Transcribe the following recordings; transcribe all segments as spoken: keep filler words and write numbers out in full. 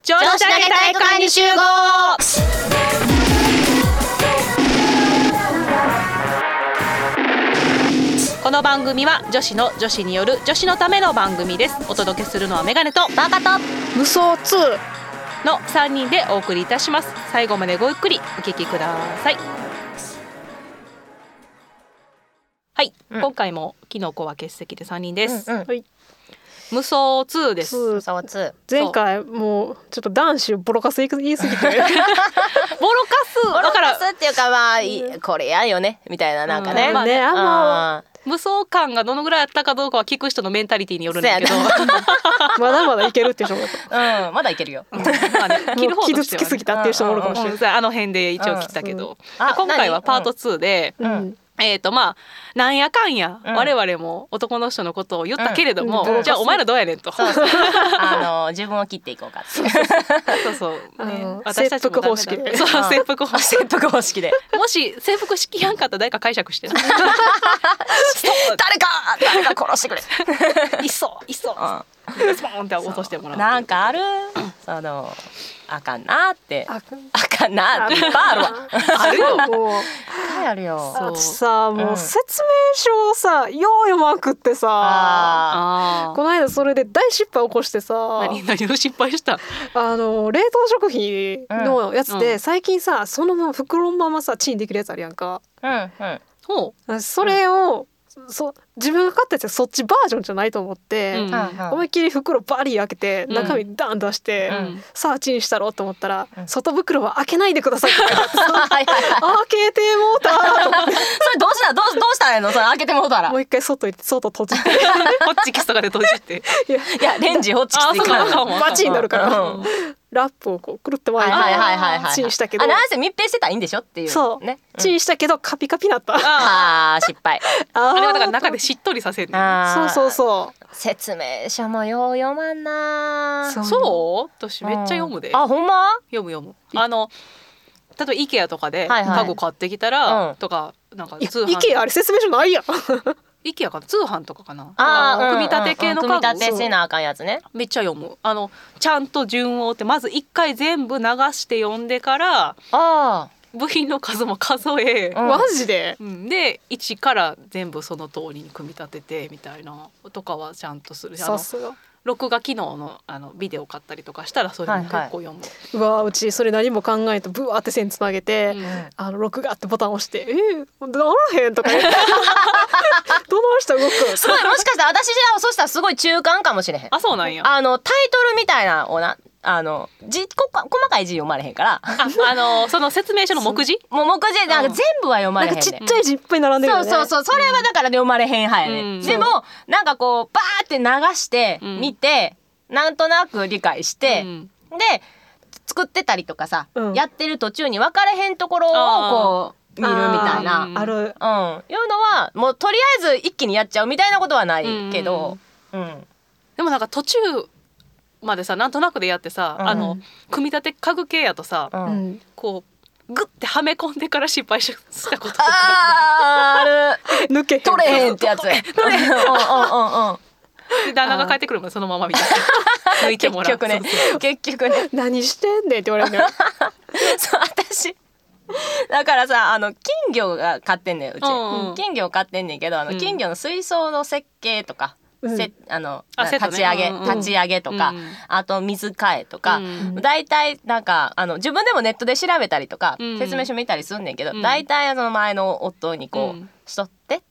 女子だけ体育館に集合。この番組は女子の女子による女子のための番組です。お届けするのはメガネとバカと無双ツーのさんにんでお送りいたします。最後までごゆっくりお聞きください。はい、うん、今回もキノコは欠席でさんにんです、うんうん、はい、無双ツーです。 無双ツー。 前回もうちょっと男子ボロカス言い過ぎてボロカスボロカスっていうかまあ、うん、これやよねみたいななんかね、 うん、まあね、あの無双感がどのぐらいあったかどうかは聞く人のメンタリティによるんだけどまだまだいけるって人も、 うん、まだいけるよ、 うんまあね、切る方としては、ね、 傷つきすぎたっていう人もおるかもしれない、 うんうん、あの辺で一応切ったけど、うん、今回はパートツーで、うんうんえーとまあ、なんやかんや、うん、我々も男の人のことを言ったけれども、うんうん、じゃあお前らどうやねんとそうそうあの自分を切っていこうかってそうそう、ね、私たちも切腹方式でそう切腹方式切腹方式でもし切腹しきやんかったら誰か解釈して誰か誰か殺してくれいっそいっそ、うん、スポーンって落としてもらうなんかあるそのあかんなってあかんなっていっぱいあるわあるよもういっぱいあるよ。 私さもう説明書をさ、うん、よう読まんくってさあこの間それで大失敗起こしてさ何何を失敗したあの冷凍食品のやつで、うん、最近さそのまま袋のままさチンできるやつあるやんか、うんうん、それを、うん、そ自分が買ったやつはそっちバージョンじゃないと思って、うん、思いっきり袋バリ開けて、うん、中身ダン出して、うん、さあチンしたろうと思ったら、うん、外袋は開けないでくださいって開けてもうたそれどうしたどうどうしたらいいのそれ開けてもうたらもう一回外行って外閉じてホッチキスとかで閉じていや、いやレンジホッチキスでいかないバチになるから、うん、ラップをこうくるって巻いてチンしたけどあなんせ密閉してたらいいんでしょっていうそう、ねうん、チンしたけどカピカピなったあー失敗あれはだから中でしっとりさせるそうそうそう説明書もよう読まんなそうそう私めっちゃ読むで、うん、 あほんま読む読むあの例えば IKEA とかで家具買ってきたら、はいはい、とかなんか通販 IKEA あれ説明書ないやん IKEA かな通販とかかなああ組み立て系の家具、うんうん、 組み立てせなあかんやつねめっちゃ読むあのちゃんと順を追ってまず一回全部流して読んでからあ部品の数も数え、 うん、マジで、 うん、で一から全部その通りに組み立ててみたいなとかはちゃんとするさすが録画機能 の, あのビデオ買ったりとかしたらそれも結構読む、はいはい、 うわうちそれ何も考えんとブワーって線つなげて、うん、あの録画ってボタン押してえー、ならへんとか言ってどないした動くすごいもしかしたら私じゃそしたらすごい中間かもしれへんあそうなんやあのタイトルみたいなおなあの字こ細かい字読まれへんからあ, あのその説明書の目次もう目次なんか全部は読まれへんね、 うん、なんかちっちゃい字いっぱい並んでるよねそうそうそうそれはだから読まれへん派やね、うん、でもなんかこうバーって流して見て、うん、なんとなく理解して、うん、で作ってたりとかさ、うん、やってる途中に分かれへんところをこう見るみたいなある、うん、いうのはもうとりあえず一気にやっちゃうみたいなことはないけど、うんうん、 でもなんか途中までさなんとなくでやってさ、うん、あの組み立て家具系やとさ、うん、こうグッてはめ込んでから失敗したこととかあーある抜けへん取れへんってやつ取れへんうんうんうんうんで旦那が帰ってくるもんそのままみたいな抜いてもらう結局ね結局ね何してんねんって言われるのよそう私だからさあの金魚が買ってんねんうち、うんうん、金魚を買ってんねんけどあの金魚の水槽の設計とか、うん、せあのあ立ち上げ、ねうんうん、立ち上げとか、うん、あと水替えとか、うん、だいたいなんかあの自分でもネットで調べたりとか、うん、説明書見たりすんねんけど、うん、だいたいその前の夫にこう、うん、しとって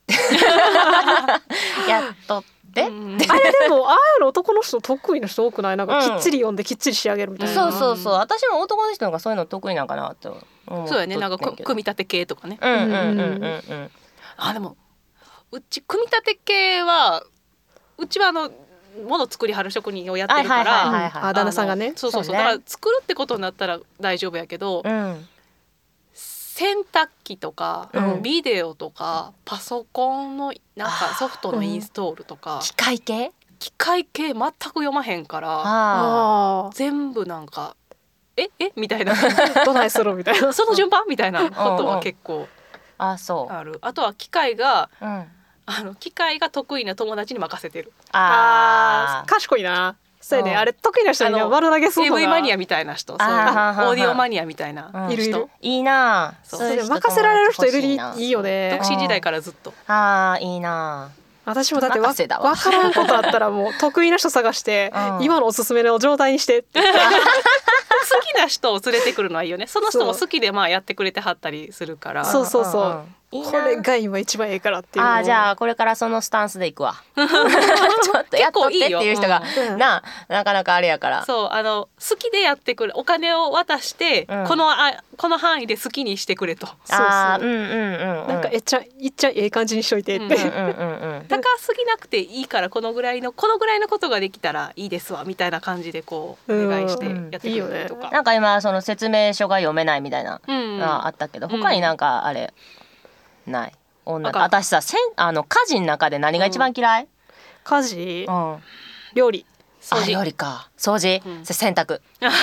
やっとって、うん、 あれでもああいうの男の人得意な人多くないなんかきっちり読んできっちり仕上げるみたいな、 うん、そうそうそう私も男の人の方がそういうの得意なんかなと思ってそうやねなんか組み立て系とかねうんうんうんうんうんあでもうち組み立て系はうちはあの物作りはる職人をやってるから旦那さんがねそうそうそう、ね、だから作るってことになったら大丈夫やけど、うん、洗濯機とか、うん、ビデオとかパソコンのなんかソフトのインストールとか、うん、 機械系機械系全く読まへんから全部なんかええみたいなどないするみたいなその順番みたいなことは結構あそうあるあとは機械が、うんあの機械が得意な友達に任せてるああ賢いなそうやね、あれ得意な人には丸投げするのがエーブイ マニアみたいな人、そういうオーディオマニアみたいな人、 いるいる、 いいな。 そう任せられる人いる、いいよね。 独身時代からずっと。 ああいいな。 私もだってわ分からんことあったらもう得意な人探して、うん、今のおすすめの状態にしてって好きな人を連れてくるのはいいよね。その人も好きでまあやってくれてはったりするから。 そうそうそう、うんうんうん、これが今一番ええからっていう。 あ、じゃあこれからそのスタンスでいくわちょっとやっとってっていう人がいい、うん、ななかなかあれやから。 そう、あの好きでやってくれ、お金を渡して、うん、このあこの範囲で好きにしてくれと。そうそう、 あ、うんうんうんうん、 なんかえっちゃいっちゃええ感じにしといてって、うんうんうんうん、高すぎなくていいからこのぐらいのこのぐらいのことができたらいいですわみたいな感じでこうお願いしてやってくれるとか、うん、いいよね。 なんか今その説明書が読めないみたいなのあったけど、うんうん、他になんかあれない？女、私さ、せんあの家事の中で何が一番嫌い？うん、 家事、うん、料理、 掃除。あ、料理か、掃除、うん、洗濯洗濯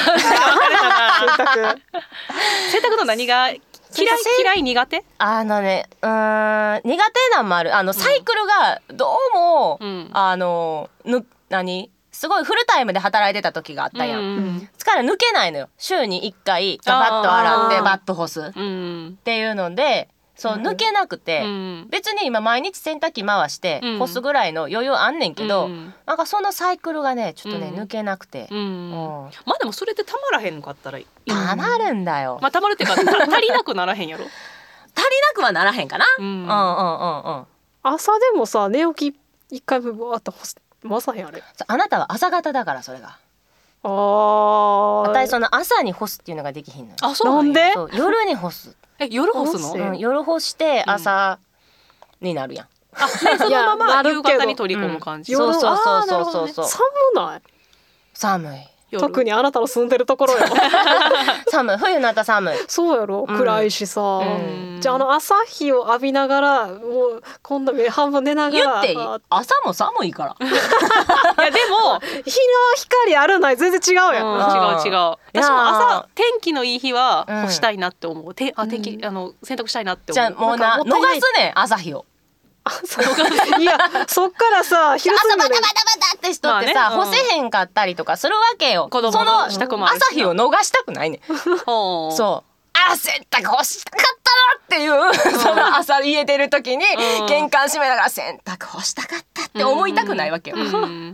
洗濯の何が嫌い？嫌い苦手？ あのね、うーん、苦手なんもある。あのサイクルがどうも、うん、あのぬ何すごいフルタイムで働いてた時があったやん、うん、疲れ抜けないのよ。週にいっかいガバッと洗ってバッと干すっていうので、そう抜けなくて、うん、別に今毎日洗濯機回して干すぐらいの余裕あんねんけど、うん、なんかそのサイクルがねちょっとね、うん、抜けなくて、うん、 まあでもそれでたまらへんのかったらいい。 たまるんだよ。 まあたまるっていうか足りなくならへんやろ足りなくはならへんかな、うん、うんうんうんうん。 朝でもさ寝起き一回分あった回さへんあれ。 あなたは朝方だからそれが。 ああ。私その朝に干すっていうのができひんのよ。 あ、そうなんで？ そう夜に干す。 え、夜干すの？ うん、夜干して朝になるやん。 あ、ね、そのまま夕方に取り込む感じ。 うん、そうそうそうそうそうそう。 寒ない？ 寒い。 特にあなたの住んでるところよ寒い、冬になったら寒い。 そうやろ、暗いしさ、うん、じゃああの朝日を浴びながらもう今度目半分寝ながら。 言っていい？朝も寒いからいやでも日の光あるない全然違うやん、うん、 違う違う。私も朝天気のいい日は干したいなって思う、てあ天気、うん、あの洗濯したいなって思う。 じゃあもうな逃すねん朝日をいやそっからさ昼過ぎまで朝バタバタバタって人ってさ、まあね、うん、干せへんかったりとかするわけよ。 子供の支度もあるし、 朝日を逃したくないねんそうあ洗濯干したかったなっていう、うん、その朝家出る時に玄関閉めながら洗濯干したかったって思いたくないわけよ、うん、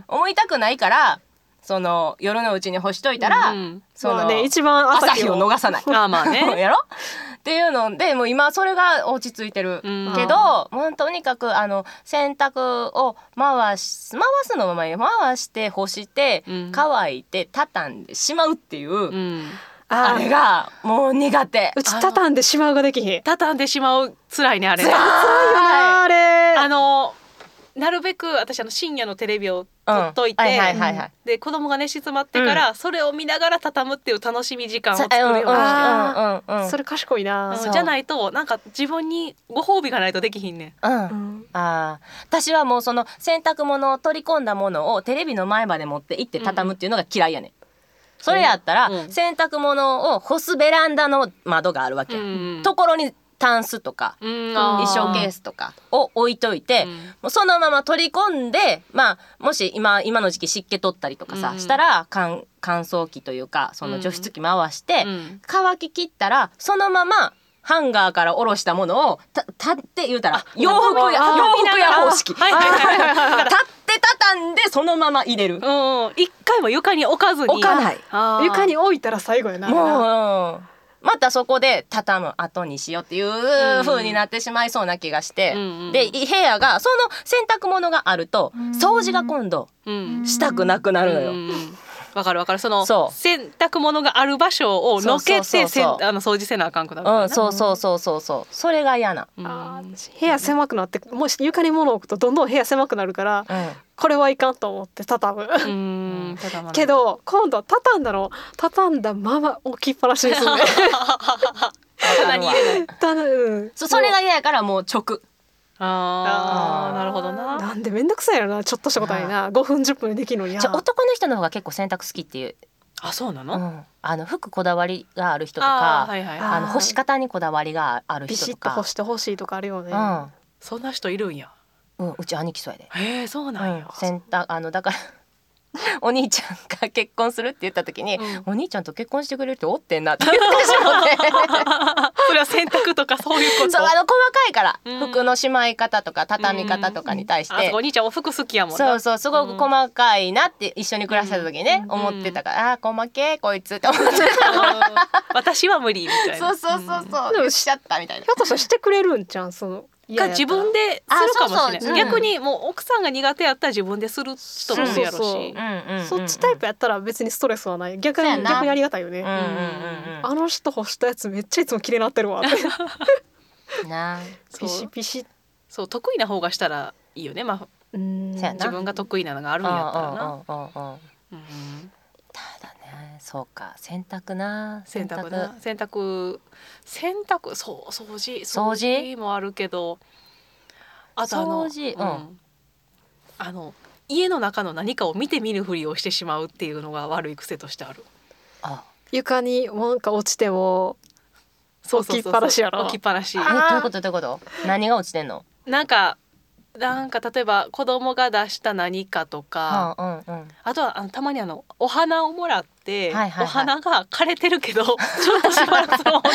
思いたくないからその夜のうちに干しといたら、うん、その、まあね、一番朝日を逃さないあまあねやろっていうのでもう今それが落ち着いてる、うん、けどもうとにかくあの洗濯を回し回すのままに回して干して、うん、乾いて畳んでしまうっていう、うん、あれがもう苦手。 うち畳んでしまうができひん。 畳んでしまう辛いねあれ。 辛いよなあれ。 あのなるべく私あの深夜のテレビを撮っといて、で子供が寝静まってから、うん、それを見ながら畳むっていう楽しみ時間を作るようにしてる。 それ賢いな、 うん、じゃないとなんか自分にご褒美がないとできひんねん、うんうん、あ私はもうその洗濯物を取り込んだものをテレビの前まで持って行って畳むっていうのが嫌いやねん、うん、それやったら、うん、洗濯物を干すベランダの窓があるわけ、うん、ところにタンスとか衣装ケースとかを置いといて、うん、もうそのまま取り込んで、まあ、もし 今, 今の時期湿気取ったりとかさ、うん、したら乾燥機というかその除湿機回して、うん、乾ききったらそのままハンガーから下ろしたものをた立って言うたら洋服や洋服や方式、はいはいはいはい、立って畳んでそのまま入れる、うん、 一回も床に置かずに置かない床に置いたら最後やな。 もうまたそこで畳む後にしようっていう風になってしまいそうな気がして、うん、で部屋がその洗濯物があると掃除が今度したくなくなるのよ。 わかるわかる。その洗濯物がある場所をのけてあの掃除せなあかんくなるから、ね、 うん、そうそうそうそうそうそれが嫌な、 うん、あ部屋狭くなってもし床に物を置くとどんどん部屋狭くなるから、うん、これはいかんと思って畳む。うんけど今度畳んだの畳んだまま置きっぱなしですね棚に入れない。 棚、うん、 そ, それが嫌やからもう直ああなるほどな。 なんでめんどくさいやろなちょっとしたことになごふんじゅっぷんでできるのに。 じゃ男の人の方が結構洗濯好きっていう。 あそうなの、うん、 あの服こだわりがある人とかあ、はいはい、あの干し方にこだわりがある人とかビシッと干してほしいとかあるよね、うん、そんな人いるんや、 うん、うち兄貴そうやで。 へえそうなんや、 うん、洗濯あのだからお兄ちゃんが結婚するって言った時に、うん、お兄ちゃんと結婚してくれるっておってんなって言ってしまってそれは洗濯とかそういうこと。 そうあの細かいから、うん、服のしまい方とか畳み方とかに対して、 うん、お兄ちゃんお服好きやもんな。 そうそうすごく細かいなって一緒に暮らした時にね、うん、思ってたから、あー細けこいつって思ってた私は無理みたいな。 そうそうそうそう、でもしちゃったみたいな。 ひょっとしたらしてくれるんじゃんそのが自分でするかもしれない。そうそう、うん、逆にもう奥さんが苦手やったら自分でする人もいるやろし、 そっちタイプやったら別にストレスはない。逆に逆にありがたいよね。あの人干したやつめっちゃいつも綺麗になってるわってなピシピシ。 そう得意な方がしたらいいよね。まあうん自分が得意なのがあるんやったらな。 ただね、そうか洗濯な洗濯な洗濯洗濯そう掃除掃除もあるけど、あとあの、掃除、うん、あの家の中の何かを見て見ぬふりをしてしまうっていうのが悪い癖としてある。 あ床になんか落ちても置きっぱなしやろ。 置きっぱなし。 えどういうことどういうこと？何が落ちてんの？ なんかなんか例えば子供が出した何かとか、うんうんうん、あとはあのたまにあのお花をもらって、はいはいはい、お花が枯れてるけどちょっとしばらくその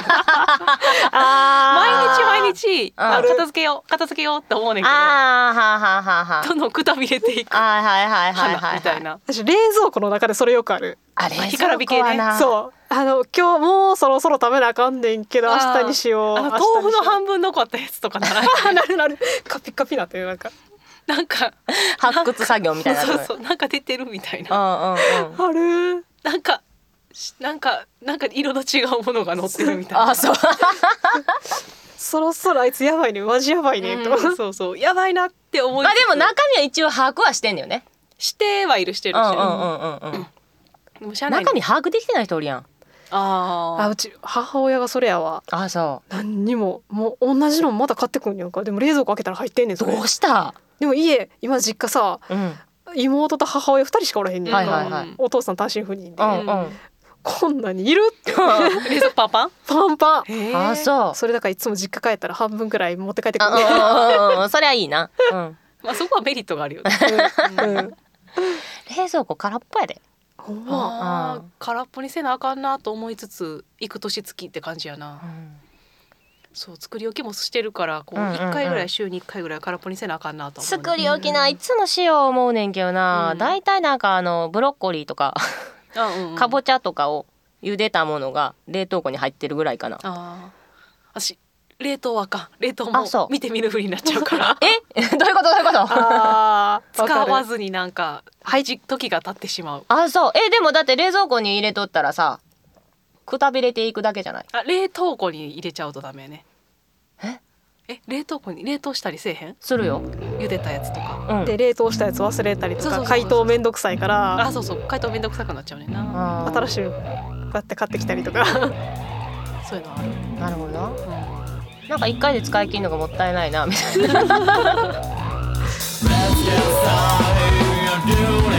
あ毎日毎日あ片付けよう片付けようって思うねんけど、あははははどんどんくたびれていく花みたいな。 私冷蔵庫の中でそれよくある。 あれ干からび系ね。 そうあの今日もうそろそろ食べなあかんねんけど明日にしよう。 あの豆腐の半分残ったやつとかならなるなるカピカピなっていうなんかなんか発掘作業みたいな。 そうそうなんか出てるみたいな。 うんうん、あるなんかなんかなんか色の違うものが乗ってるみたいな。 あそうそろそろあいつやばいねマジやばいねと、 うん、そうそうやばいなって思いつつ、 まあでも中身は一応把握はしてんだよね。 してはいるしてるし、うんうんうんうん、 中身把握できてない人おるやん。 ああうち母親がそれやわ。 あそう何にももう同じのまた買ってくんやんか。でも冷蔵庫開けたら入ってんねんそれ。 どうした？ でも家今実家さ、うん、妹と母親ふたりしかおらへんねんか、はいはいはい、お父さん単身赴任で、うんうん、こんなにいるって冷蔵庫パンパンパンパン。 あそうそれだからいつも実家帰ったら半分くらい持って帰ってくる。 あそりゃいいな、うんまあ、そこはメリットがあるよね、 うんうん、冷蔵庫空っぽやで。 ほんま、うん、空っぽにせなあかんなと思いつつ行く年月って感じやな、うん、そう作り置きもしてるからこういっかいぐらい週にいっかいぐらい空っぽにせなあかんなと思う、ね、 作り置きないつもしよう思うねんけどな、うん、だいたいなんかあのブロッコリーとかうんうん、かぼちゃとかを茹でたものが冷凍庫に入ってるぐらいかな。あ私冷凍はか冷凍も見て見ぬふりになっちゃうからえどういうことどういうことあ使わずになんかはい時が経ってしまう。 あそうえでもだって冷蔵庫に入れとったらさくたびれていくだけじゃない。 あ冷凍庫に入れちゃうとダメね。ええ冷凍庫に冷凍したりせえへん？ するよ茹でたやつとか、 うん、で冷凍したやつ忘れたりとか解凍めんどくさいから。 あそうそう解凍めんどくさくなっちゃうねんな。 新しいこうやって買ってきたりとかそういうのある。 なるほどな、うん、なんかいっかいで使い切るのがもったいないなみたいな